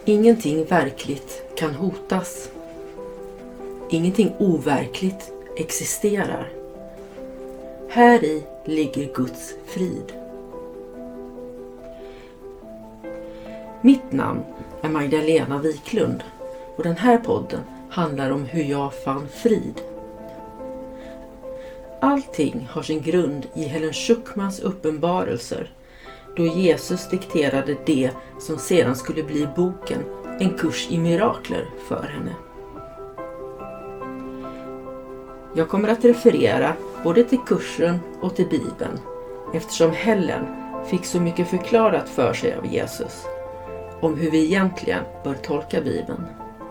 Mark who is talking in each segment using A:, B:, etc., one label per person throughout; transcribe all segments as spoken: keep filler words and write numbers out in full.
A: Ingenting verkligt kan hotas. Ingenting overkligt existerar. Här i ligger Guds frid. Mitt namn är Magdalena Wiklund och den här podden handlar om hur jag fann frid. Allting har sin grund i Helen Schuckmans uppenbarelser, då Jesus dikterade det som sedan skulle bli boken En kurs i mirakler för henne. Jag kommer att referera både till kursen och till Bibeln, eftersom Helen fick så mycket förklarat för sig av Jesus om hur vi egentligen bör tolka Bibeln.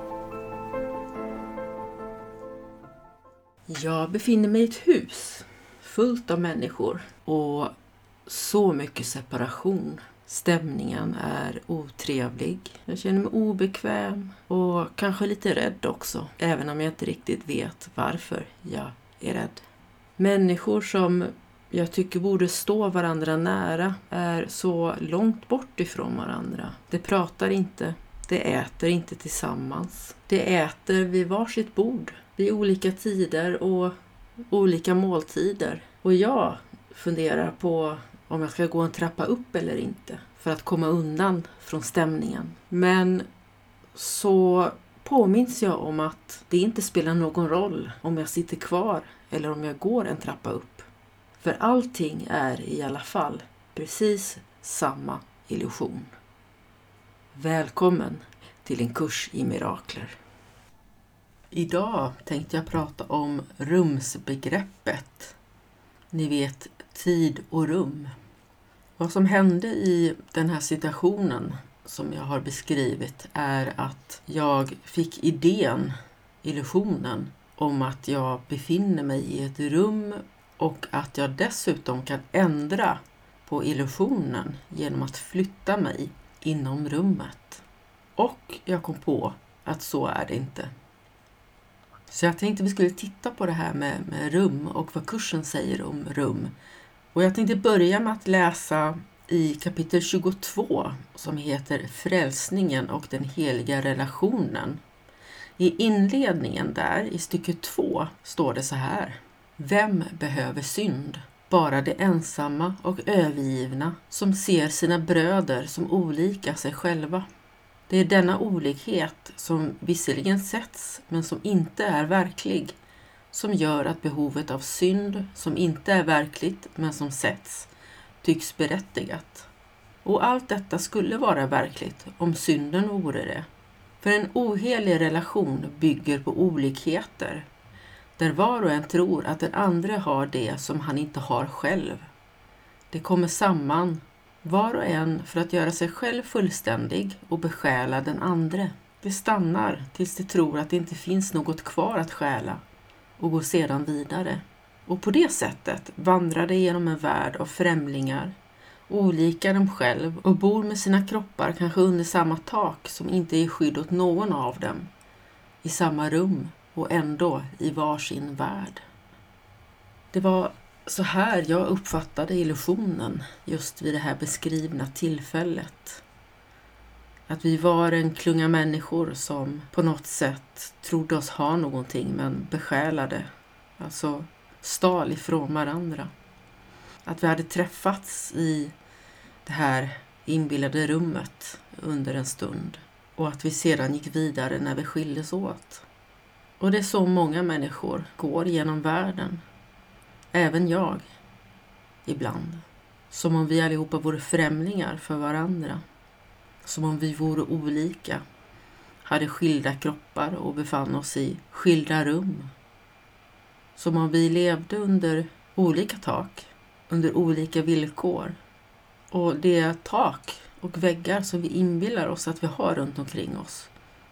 A: Jag befinner mig i ett hus fullt av människor och så mycket separation. Stämningen är otrevlig. Jag känner mig obekväm och kanske lite rädd också, även om jag inte riktigt vet varför jag är rädd. Människor som jag tycker borde stå varandra nära är så långt bort ifrån varandra. Det pratar inte, det äter inte tillsammans. Det äter vid varsitt bord, vid olika tider och olika måltider. Och jag funderar på om jag ska gå en trappa upp eller inte för att komma undan från stämningen. Men så påminns jag om att det inte spelar någon roll om jag sitter kvar eller om jag går en trappa upp. För allting är i alla fall precis samma illusion. Välkommen till en kurs i mirakler. Idag tänkte jag prata om rumsbegreppet. Ni vet, tid och rum. Vad som hände i den här situationen som jag har beskrivit är att jag fick idén, illusionen, om att jag befinner mig i ett rum och att jag dessutom kan ändra på illusionen genom att flytta mig inom rummet. Och jag kom på att så är det inte. Så jag tänkte vi skulle titta på det här med, med rum och vad kursen säger om rum. Och jag tänkte börja med att läsa i kapitel tjugotvå som heter Frälsningen och den heliga relationen. I inledningen där, i stycke två, står det så här. Vem behöver synd? Bara det ensamma och övergivna som ser sina bröder som olika sig själva. Det är denna olikhet som visserligen sätts men som inte är verklig, som gör att behovet av synd som inte är verkligt men som sätts tycks berättigat. Och allt detta skulle vara verkligt om synden vore det. För en ohelig relation bygger på olikheter, där var och en tror att den andra har det som han inte har själv. Det kommer samman, var och en för att göra sig själv fullständig och besjäla den andra. Det stannar tills det tror att det inte finns något kvar att stjäla och går sedan vidare. Och på det sättet vandrar det genom en värld av främlingar, olika dem själv och bor med sina kroppar kanske under samma tak som inte är skydd åt någon av dem, i samma rum och ändå i varsin värld. Det var så här jag uppfattade illusionen just vid det här beskrivna tillfället. Att vi var en klunga människor som på något sätt trodde oss ha någonting men besjälade, alltså stal ifrån varandra. Att vi hade träffats i det här inbillade rummet under en stund och att vi sedan gick vidare när vi skildes åt. Och det är så många människor går genom världen. Även jag, ibland. Som om vi allihopa vore främlingar för varandra. Som om vi vore olika. Hade skilda kroppar och befann oss i skilda rum. Som om vi levde under olika tak. Under olika villkor. Och det tak och väggar som vi inbillar oss att vi har runt omkring oss.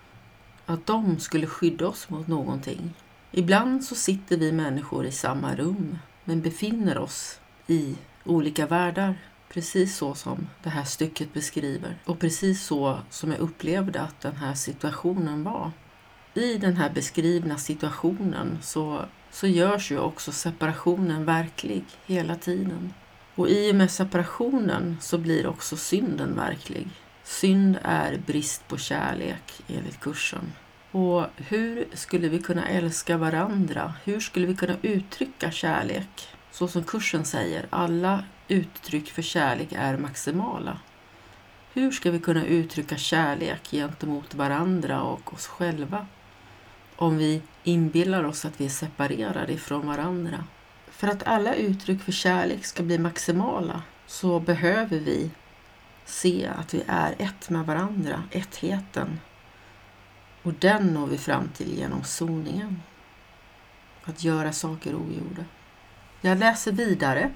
A: Att de skulle skydda oss mot någonting. Ibland så sitter vi människor i samma rum men befinner oss i olika världar. Precis så som det här stycket beskriver. Och precis så som jag upplevde att den här situationen var. I den här beskrivna situationen så, så görs ju också separationen verklig hela tiden. Och i och med separationen så blir också synden verklig. Synd är brist på kärlek enligt kursen. Och hur skulle vi kunna älska varandra? Hur skulle vi kunna uttrycka kärlek? Så som kursen säger, alla uttryck för kärlek är maximala. Hur ska vi kunna uttrycka kärlek gentemot varandra och oss själva om vi inbillar oss att vi är separerade ifrån varandra? För att alla uttryck för kärlek ska bli maximala så behöver vi se att vi är ett med varandra, ettheten. Och den når vi fram till genom soningen. Att göra saker ogjorda. Jag läser vidare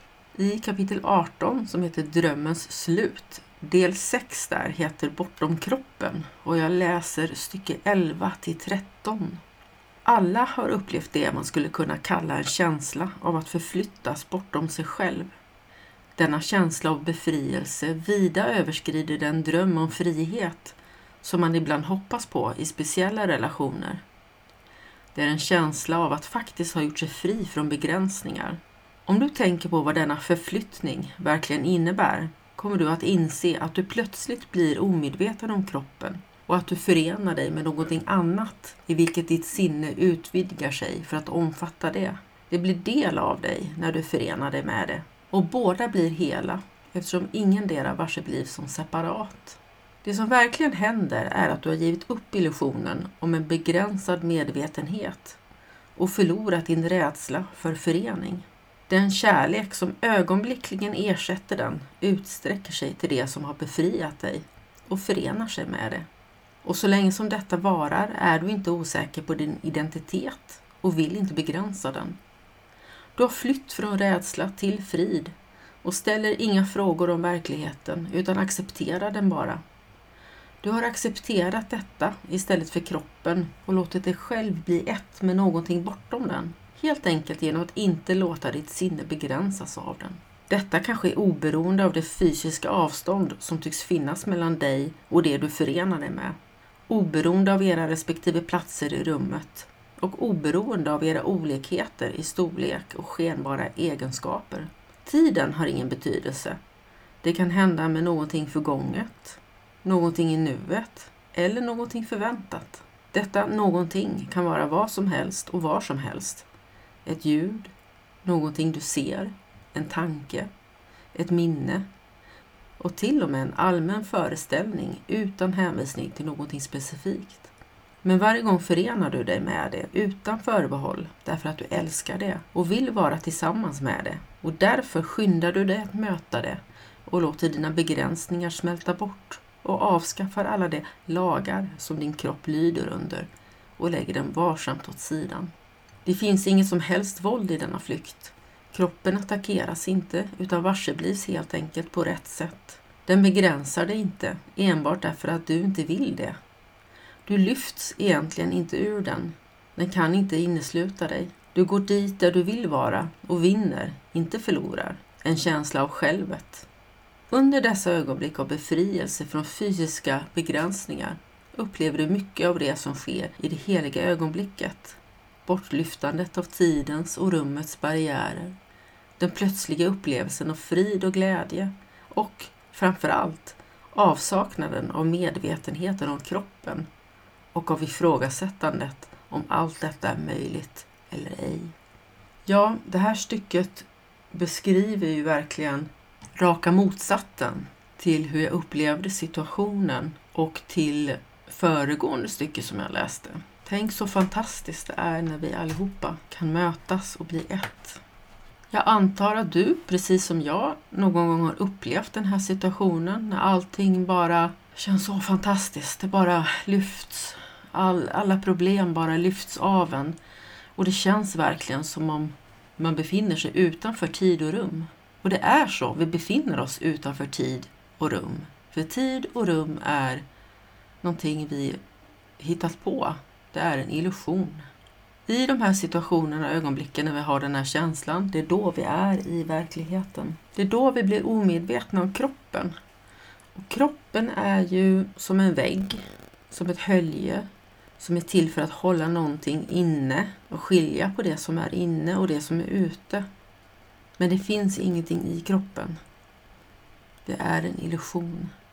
A: i kapitel arton som heter Drömmens slut. Del sex där heter Bortom kroppen och jag läser stycke elva till tretton. Alla har upplevt det man skulle kunna kalla en känsla av att förflyttas bortom sig själv. Denna känsla av befrielse vida överskrider den dröm om frihet som man ibland hoppas på i speciella relationer. Det är en känsla av att faktiskt ha gjort sig fri från begränsningar. Om du tänker på vad denna förflyttning verkligen innebär kommer du att inse att du plötsligt blir omedveten om kroppen och att du förenar dig med någonting annat i vilket ditt sinne utvidgar sig för att omfatta det. Det blir del av dig när du förenar dig med det och båda blir hela eftersom ingen dera varse blir som separat. Det som verkligen händer är att du har givit upp illusionen om en begränsad medvetenhet och förlorat din rädsla för förening. Den kärlek som ögonblickligen ersätter den utsträcker sig till det som har befriat dig och förenar sig med det. Och så länge som detta varar är du inte osäker på din identitet och vill inte begränsa den. Du har flytt från rädsla till frid och ställer inga frågor om verkligheten utan accepterar den bara. Du har accepterat detta istället för kroppen och låtit dig själv bli ett med någonting bortom den. Helt enkelt genom att inte låta ditt sinne begränsas av den. Detta kanske är oberoende av det fysiska avstånd som tycks finnas mellan dig och det du förenar dig med. Oberoende av era respektive platser i rummet och oberoende av era olikheter i storlek och skenbara egenskaper. Tiden har ingen betydelse. Det kan hända med någonting förgånget, någonting i nuet eller någonting förväntat. Detta någonting kan vara vad som helst och var som helst. Ett ljud, någonting du ser, en tanke, ett minne och till och med en allmän föreställning utan hänvisning till någonting specifikt. Men varje gång förenar du dig med det utan förbehåll därför att du älskar det och vill vara tillsammans med det och därför skyndar du dig att möta det och låter dina begränsningar smälta bort och avskaffar alla de lagar som din kropp lyder under och lägger dem varsamt åt sidan. Det finns inget som helst våld i denna flykt. Kroppen attackeras inte utan varseblivs helt enkelt på rätt sätt. Den begränsar dig inte enbart därför att du inte vill det. Du lyfts egentligen inte ur den. Den kan inte innesluta dig. Du går dit där du vill vara och vinner, inte förlorar. En känsla av självet. Under dessa ögonblick av befrielse från fysiska begränsningar upplever du mycket av det som sker i det heliga ögonblicket. Bortlyftandet av tidens och rummets barriärer. Den plötsliga upplevelsen av frid och glädje och framförallt avsaknaden av medvetenheten om kroppen och av ifrågasättandet om allt detta är möjligt eller ej. Ja, det här stycket beskriver ju verkligen raka motsatsen till hur jag upplevde situationen och till föregående stycke som jag läste. Tänk så fantastiskt det är när vi allihopa kan mötas och bli ett. Jag antar att du, precis som jag, någon gång har upplevt den här situationen när allting bara känns så fantastiskt. Det bara lyfts. All, alla problem bara lyfts av en. Och det känns verkligen som om man befinner sig utanför tid och rum. Och det är så, vi befinner oss utanför tid och rum. För tid och rum är någonting vi hittat på. Det är en illusion. I de här situationerna och ögonblicken när vi har den här känslan, det är då vi är i verkligheten. Det är då vi blir omedvetna om kroppen. Och kroppen är ju som en vägg, som ett hölje, som är till för att hålla någonting inne och skilja på det som är inne och det som är ute. Men det finns ingenting i kroppen. Det är en illusion.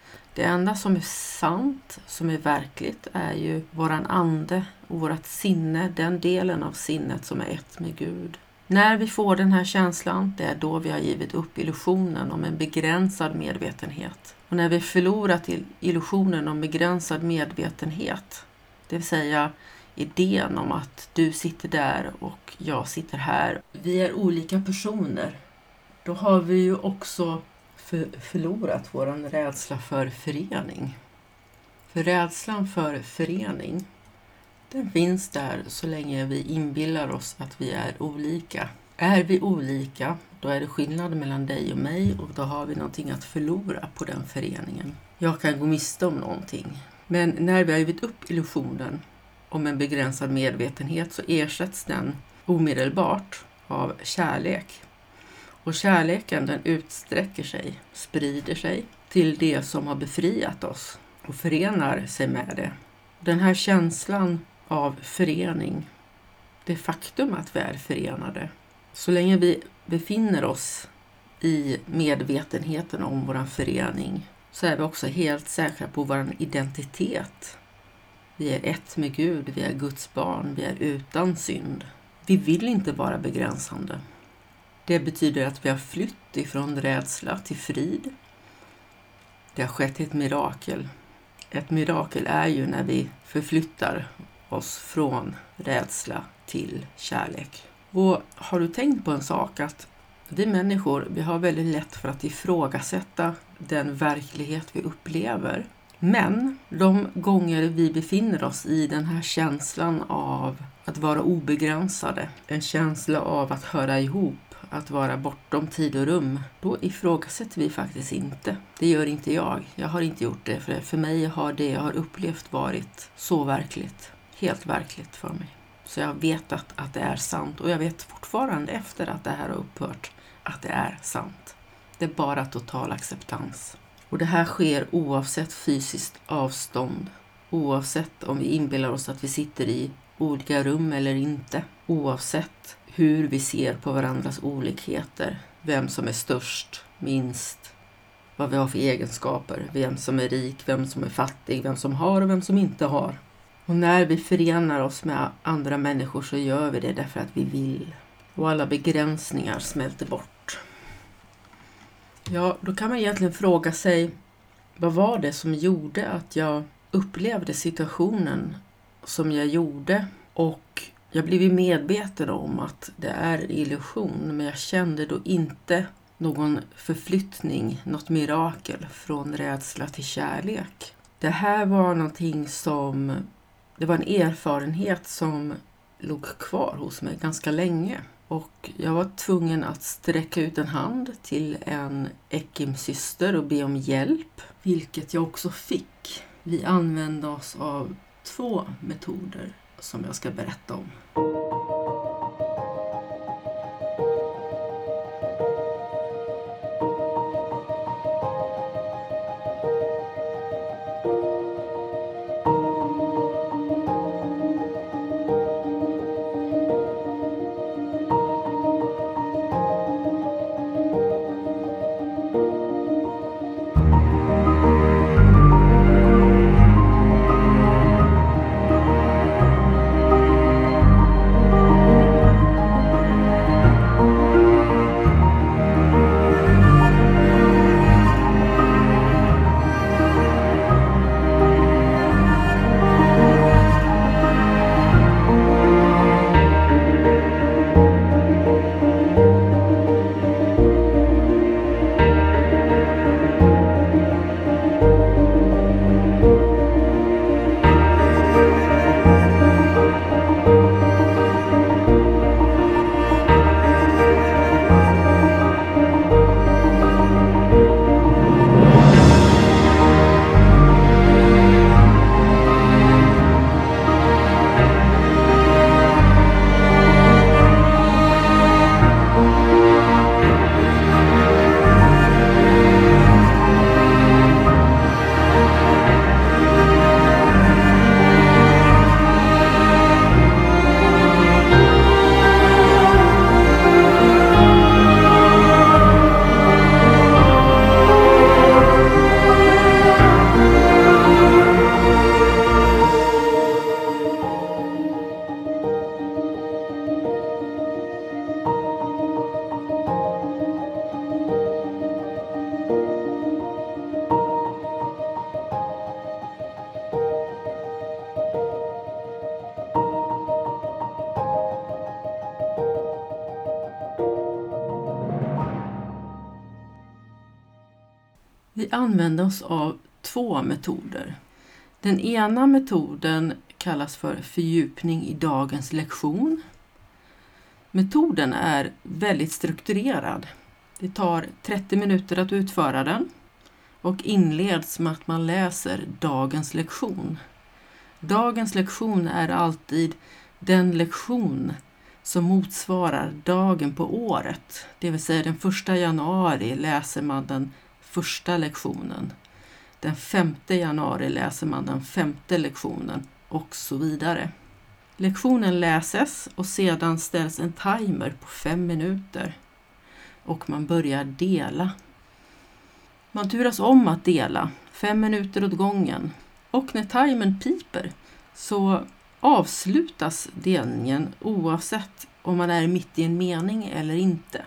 A: Det enda som är sant, som är verkligt, är ju våran ande och vårat sinne, den delen av sinnet som är ett med Gud. När vi får den här känslan, det är då vi har givit upp illusionen om en begränsad medvetenhet. Och när vi förlorat illusionen om begränsad medvetenhet, det vill säga idén om att du sitter där och jag sitter här, vi är olika personer, då har vi ju också för, förlorat våran rädsla för förening. För rädslan för förening, den finns där så länge vi inbillar oss att vi är olika. Är vi olika, då är det skillnad mellan dig och mig och då har vi någonting att förlora på den föreningen. Jag kan gå miste om någonting. Men när vi har givit upp illusionen om en begränsad medvetenhet så ersätts den omedelbart av kärlek. Och kärleken, den utsträcker sig, sprider sig till det som har befriat oss och förenar sig med det. Den här känslan av förening, det faktum att vi är förenade, så länge vi befinner oss i medvetenheten om vår förening så är vi också helt säkra på vår identitet. Vi är ett med Gud, vi är Guds barn, vi är utan synd. Vi vill inte vara begränsande. Det betyder att vi har flytt ifrån rädsla till frid. Det har skett ett mirakel. Ett mirakel är ju när vi förflyttar oss från rädsla till kärlek. Och har du tänkt på en sak, att vi människor, vi har väldigt lätt för att ifrågasätta den verklighet vi upplever. Men de gånger vi befinner oss i den här känslan av att vara obegränsade, en känsla av att höra ihop, att vara bortom tid och rum, då ifrågasätter vi faktiskt inte. Det gör inte jag. Jag har inte gjort det, för för mig har det jag har upplevt varit så verkligt. Helt verkligt för mig. Så jag vet att, att det är sant, och jag vet fortfarande efter att det här har upphört att det är sant. Det är bara total acceptans. Och det här sker oavsett fysiskt avstånd. Oavsett om vi inbillar oss att vi sitter i olika rum eller inte. Oavsett hur vi ser på varandras olikheter. Vem som är störst, minst. Vad vi har för egenskaper. Vem som är rik, vem som är fattig. Vem som har och vem som inte har. Och när vi förenar oss med andra människor så gör vi det därför att vi vill. Och alla begränsningar smälter bort. Ja, då kan man egentligen fråga sig, vad var det som gjorde att jag upplevde situationen som jag gjorde? Och jag blev medveten om att det är en illusion, men jag kände då inte någon förflyttning, något mirakel från rädsla till kärlek. Det här var någonting som, det var en erfarenhet som låg kvar hos mig ganska länge. Och jag var tvungen att sträcka ut en hand till en ekimsyster och be om hjälp, vilket jag också fick. Vi använde oss av två metoder som jag ska berätta om. Vi använder oss av två metoder. Den ena metoden kallas för fördjupning i dagens lektion. Metoden är väldigt strukturerad. Det tar trettio minuter att utföra den och inleds med att man läser dagens lektion. Dagens lektion är alltid den lektion som motsvarar dagen på året. Det vill säga den första januari läser man den första lektionen. Den femte januari läser man den femte lektionen och så vidare. Lektionen läses och sedan ställs en timer på fem minuter och man börjar dela. Man turas om att dela, fem minuter åt gången, och när timern piper så avslutas delningen oavsett om man är mitt i en mening eller inte.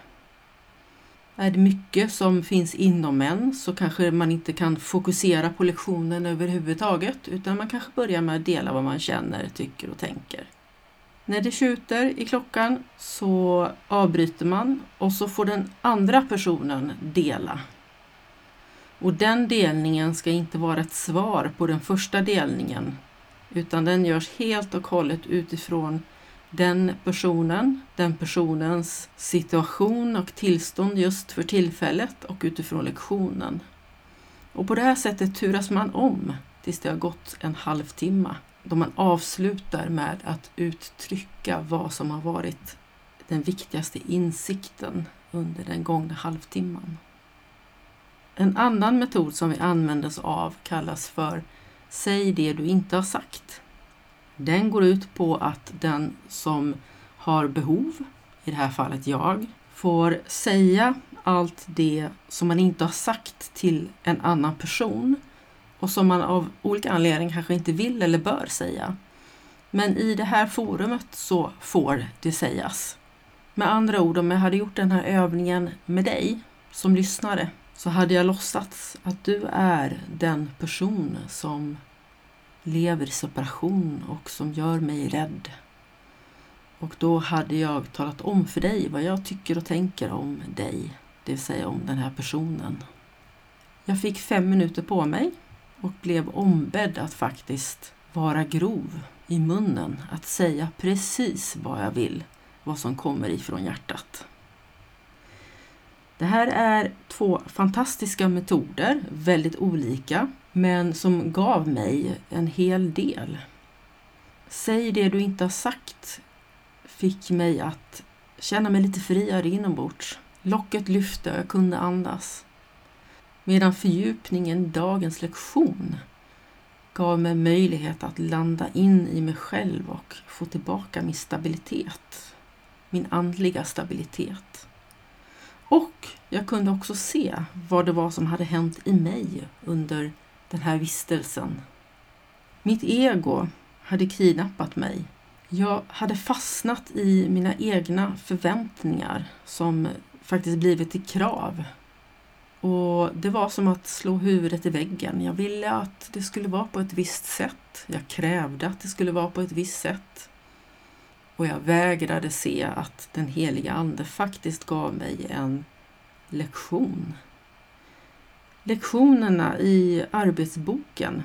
A: Är det mycket som finns inom en så kanske man inte kan fokusera på lektionen överhuvudtaget, utan man kanske börjar med att dela vad man känner, tycker och tänker. När det tjuter i klockan så avbryter man och så får den andra personen dela. Och den delningen ska inte vara ett svar på den första delningen, utan den görs helt och hållet utifrån den personen, den personens situation och tillstånd just för tillfället och utifrån lektionen. Och på det här sättet turas man om tills det har gått en halvtimme, då man avslutar med att uttrycka vad som har varit den viktigaste insikten under den gångna halvtimman. En annan metod som vi använder oss av kallas för säg det du inte har sagt. Den går ut på att den som har behov, i det här fallet jag, får säga allt det som man inte har sagt till en annan person och som man av olika anledningar kanske inte vill eller bör säga. Men i det här forumet så får det sägas. Med andra ord, om jag hade gjort den här övningen med dig som lyssnare så hade jag låtsats att du är den person som lever i separation och som gör mig rädd. Och då hade jag talat om för dig vad jag tycker och tänker om dig, det vill säga om den här personen. Jag fick fem minuter på mig och blev ombedd att faktiskt vara grov i munnen, att säga precis vad jag vill, vad som kommer ifrån hjärtat. Det här är två fantastiska metoder, väldigt olika, men som gav mig en hel del. Säg det du inte har sagt fick mig att känna mig lite friare inombords. Locket lyfte och jag kunde andas. Medan fördjupningen i dagens lektion gav mig möjlighet att landa in i mig själv och få tillbaka min stabilitet, min andliga stabilitet. Och jag kunde också se vad det var som hade hänt i mig under den här vistelsen. Mitt ego hade kidnappat mig. Jag hade fastnat i mina egna förväntningar som faktiskt blivit till krav. Och det var som att slå huvudet i väggen. Jag ville att det skulle vara på ett visst sätt. Jag krävde att det skulle vara på ett visst sätt. Och jag vägrade se att den heliga ande faktiskt gav mig en lektion. Lektionerna i arbetsboken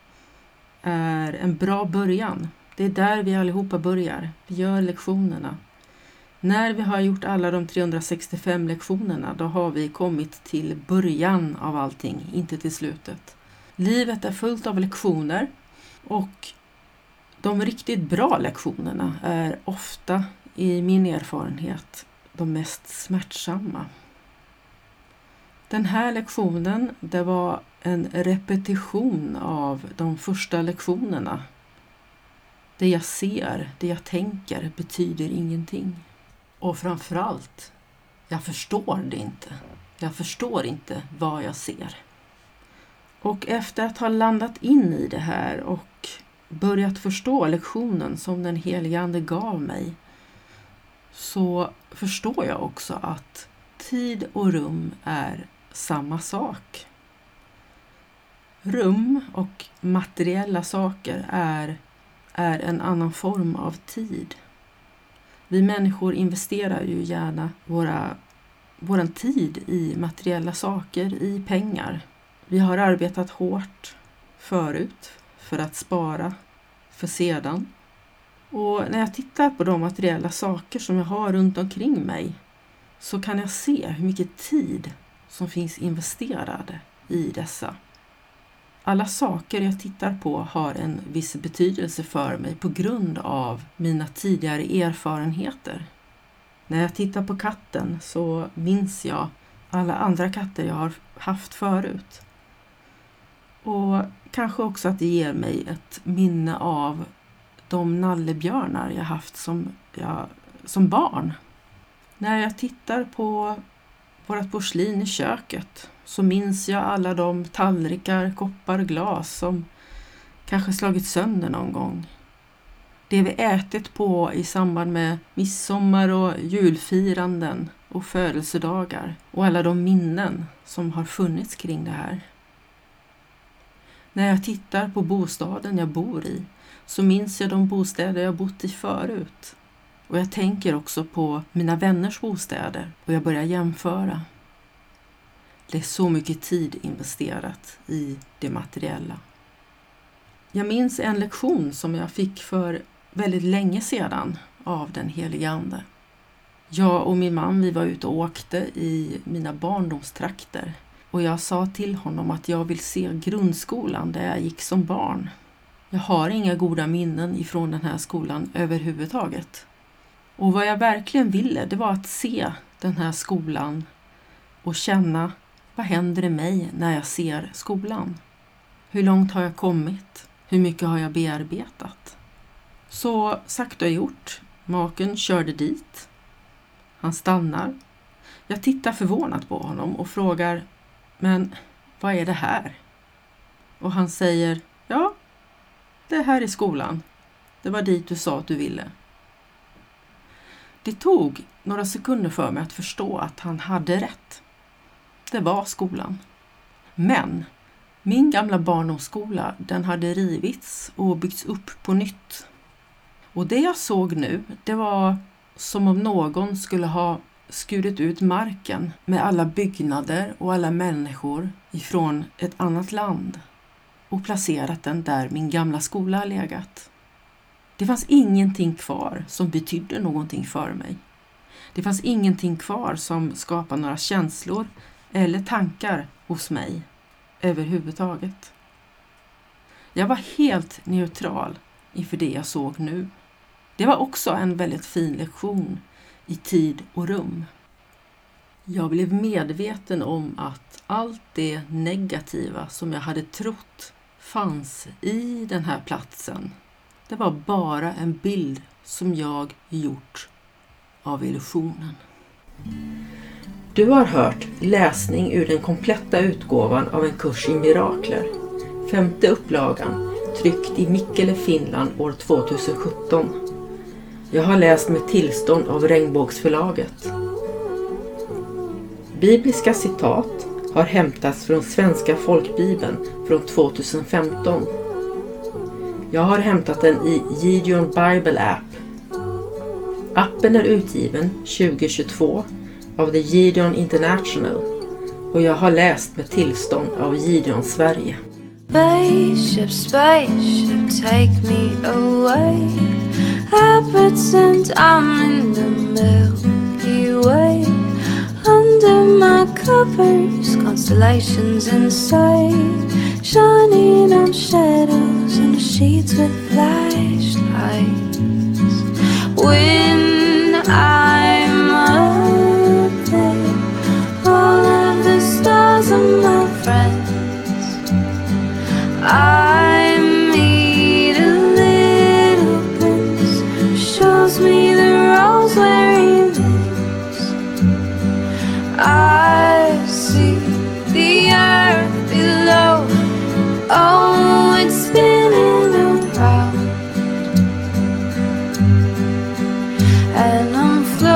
A: är en bra början. Det är där vi allihopa börjar. Vi gör lektionerna. När vi har gjort alla de trehundrasextiofem lektionerna, då har vi kommit till början av allting, inte till slutet. Livet är fullt av lektioner och de riktigt bra lektionerna är ofta, i min erfarenhet, de mest smärtsamma. Den här lektionen, det var en repetition av de första lektionerna. Det jag ser, det jag tänker betyder ingenting. Och framförallt, jag förstår det inte. Jag förstår inte vad jag ser. Och efter att ha landat in i det här och börjat förstå lektionen som den helige ande gav mig, så förstår jag också att tid och rum är samma sak. Rum och materiella saker är, är en annan form av tid. Vi människor investerar ju gärna våra, våran tid i materiella saker, i pengar. Vi har arbetat hårt förut för att spara för sedan. Och när jag tittar på de materiella saker som jag har runt omkring mig så kan jag se hur mycket tid som finns investerade i dessa. Alla saker jag tittar på har en viss betydelse för mig på grund av mina tidigare erfarenheter. När jag tittar på katten så minns jag alla andra katter jag har haft förut. Och kanske också att det ger mig ett minne av de nallebjörnar jag haft som, jag, som barn. När jag tittar på vårt porslin i köket så minns jag alla de tallrikar, koppar, glas som kanske slagit sönder någon gång. Det vi ätit på i samband med midsommar och julfiranden och födelsedagar och alla de minnen som har funnits kring det här. När jag tittar på bostaden jag bor i så minns jag de bostäder jag bott i förut. Och jag tänker också på mina vänners bostäder och jag börjar jämföra. Det är så mycket tid investerat i det materiella. Jag minns en lektion som jag fick för väldigt länge sedan av den helige ande. Jag och min man vi var ute och åkte i mina barndomstrakter. Och jag sa till honom att jag vill se grundskolan där jag gick som barn. Jag har inga goda minnen ifrån den här skolan överhuvudtaget. Och vad jag verkligen ville det var att se den här skolan och känna vad händer i mig när jag ser skolan. Hur långt har jag kommit? Hur mycket har jag bearbetat? Så sagt och gjort. Maken körde dit. Han stannar. Jag tittar förvånat på honom och frågar, men vad är det här? Och han säger, ja, det här är skolan. Det var dit du sa att du ville. Det tog några sekunder för mig att förstå att han hade rätt. Det var skolan. Men min gamla barndomsskola, den hade rivits och byggts upp på nytt. Och det jag såg nu, det var som om någon skulle ha skurit ut marken med alla byggnader och alla människor ifrån ett annat land och placerat den där min gamla skola har legat. Det fanns ingenting kvar som betydde någonting för mig. Det fanns ingenting kvar som skapade några känslor eller tankar hos mig överhuvudtaget. Jag var helt neutral inför det jag såg nu. Det var också en väldigt fin lektion i tid och rum. Jag blev medveten om att allt det negativa som jag hade trott fanns i den här platsen, det var bara en bild som jag gjort av illusionen. Du har hört läsning ur den kompletta utgåvan av en kurs i mirakler. Femte upplagan, tryckt i Mikkele, Finland år tjugohundrasjutton. Jag har läst med tillstånd av Regnbågsförlaget. Bibliska citat har hämtats från Svenska folkbibeln från tjugohundrafemton. Jag har hämtat den i Gideon Bible App. Appen är utgiven tjugohundratjugotvå av The Gideon International och jag har läst med tillstånd av Gideon Sverige.
B: Spaceship, spaceship, take me away. I pretend I'm in the Milky Way. Under my covers, constellations inside, shining on shadows in the sheets with flashlights. When I'm up there, all of the stars are my friends. I meet a little prince who shows me the roads where he lives. I see the earth below, oh, it's spinning around, and I'm floating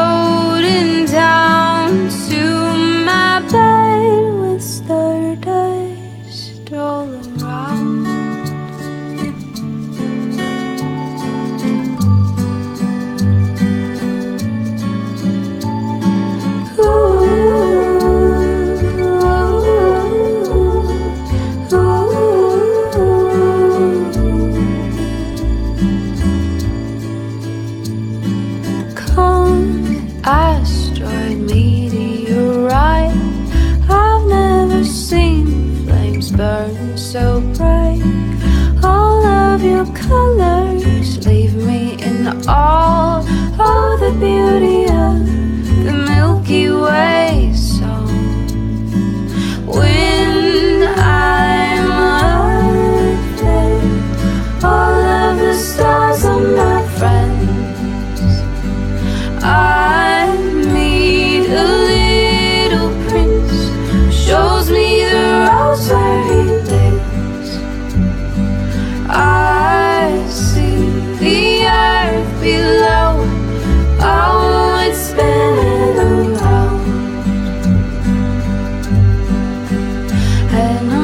B: and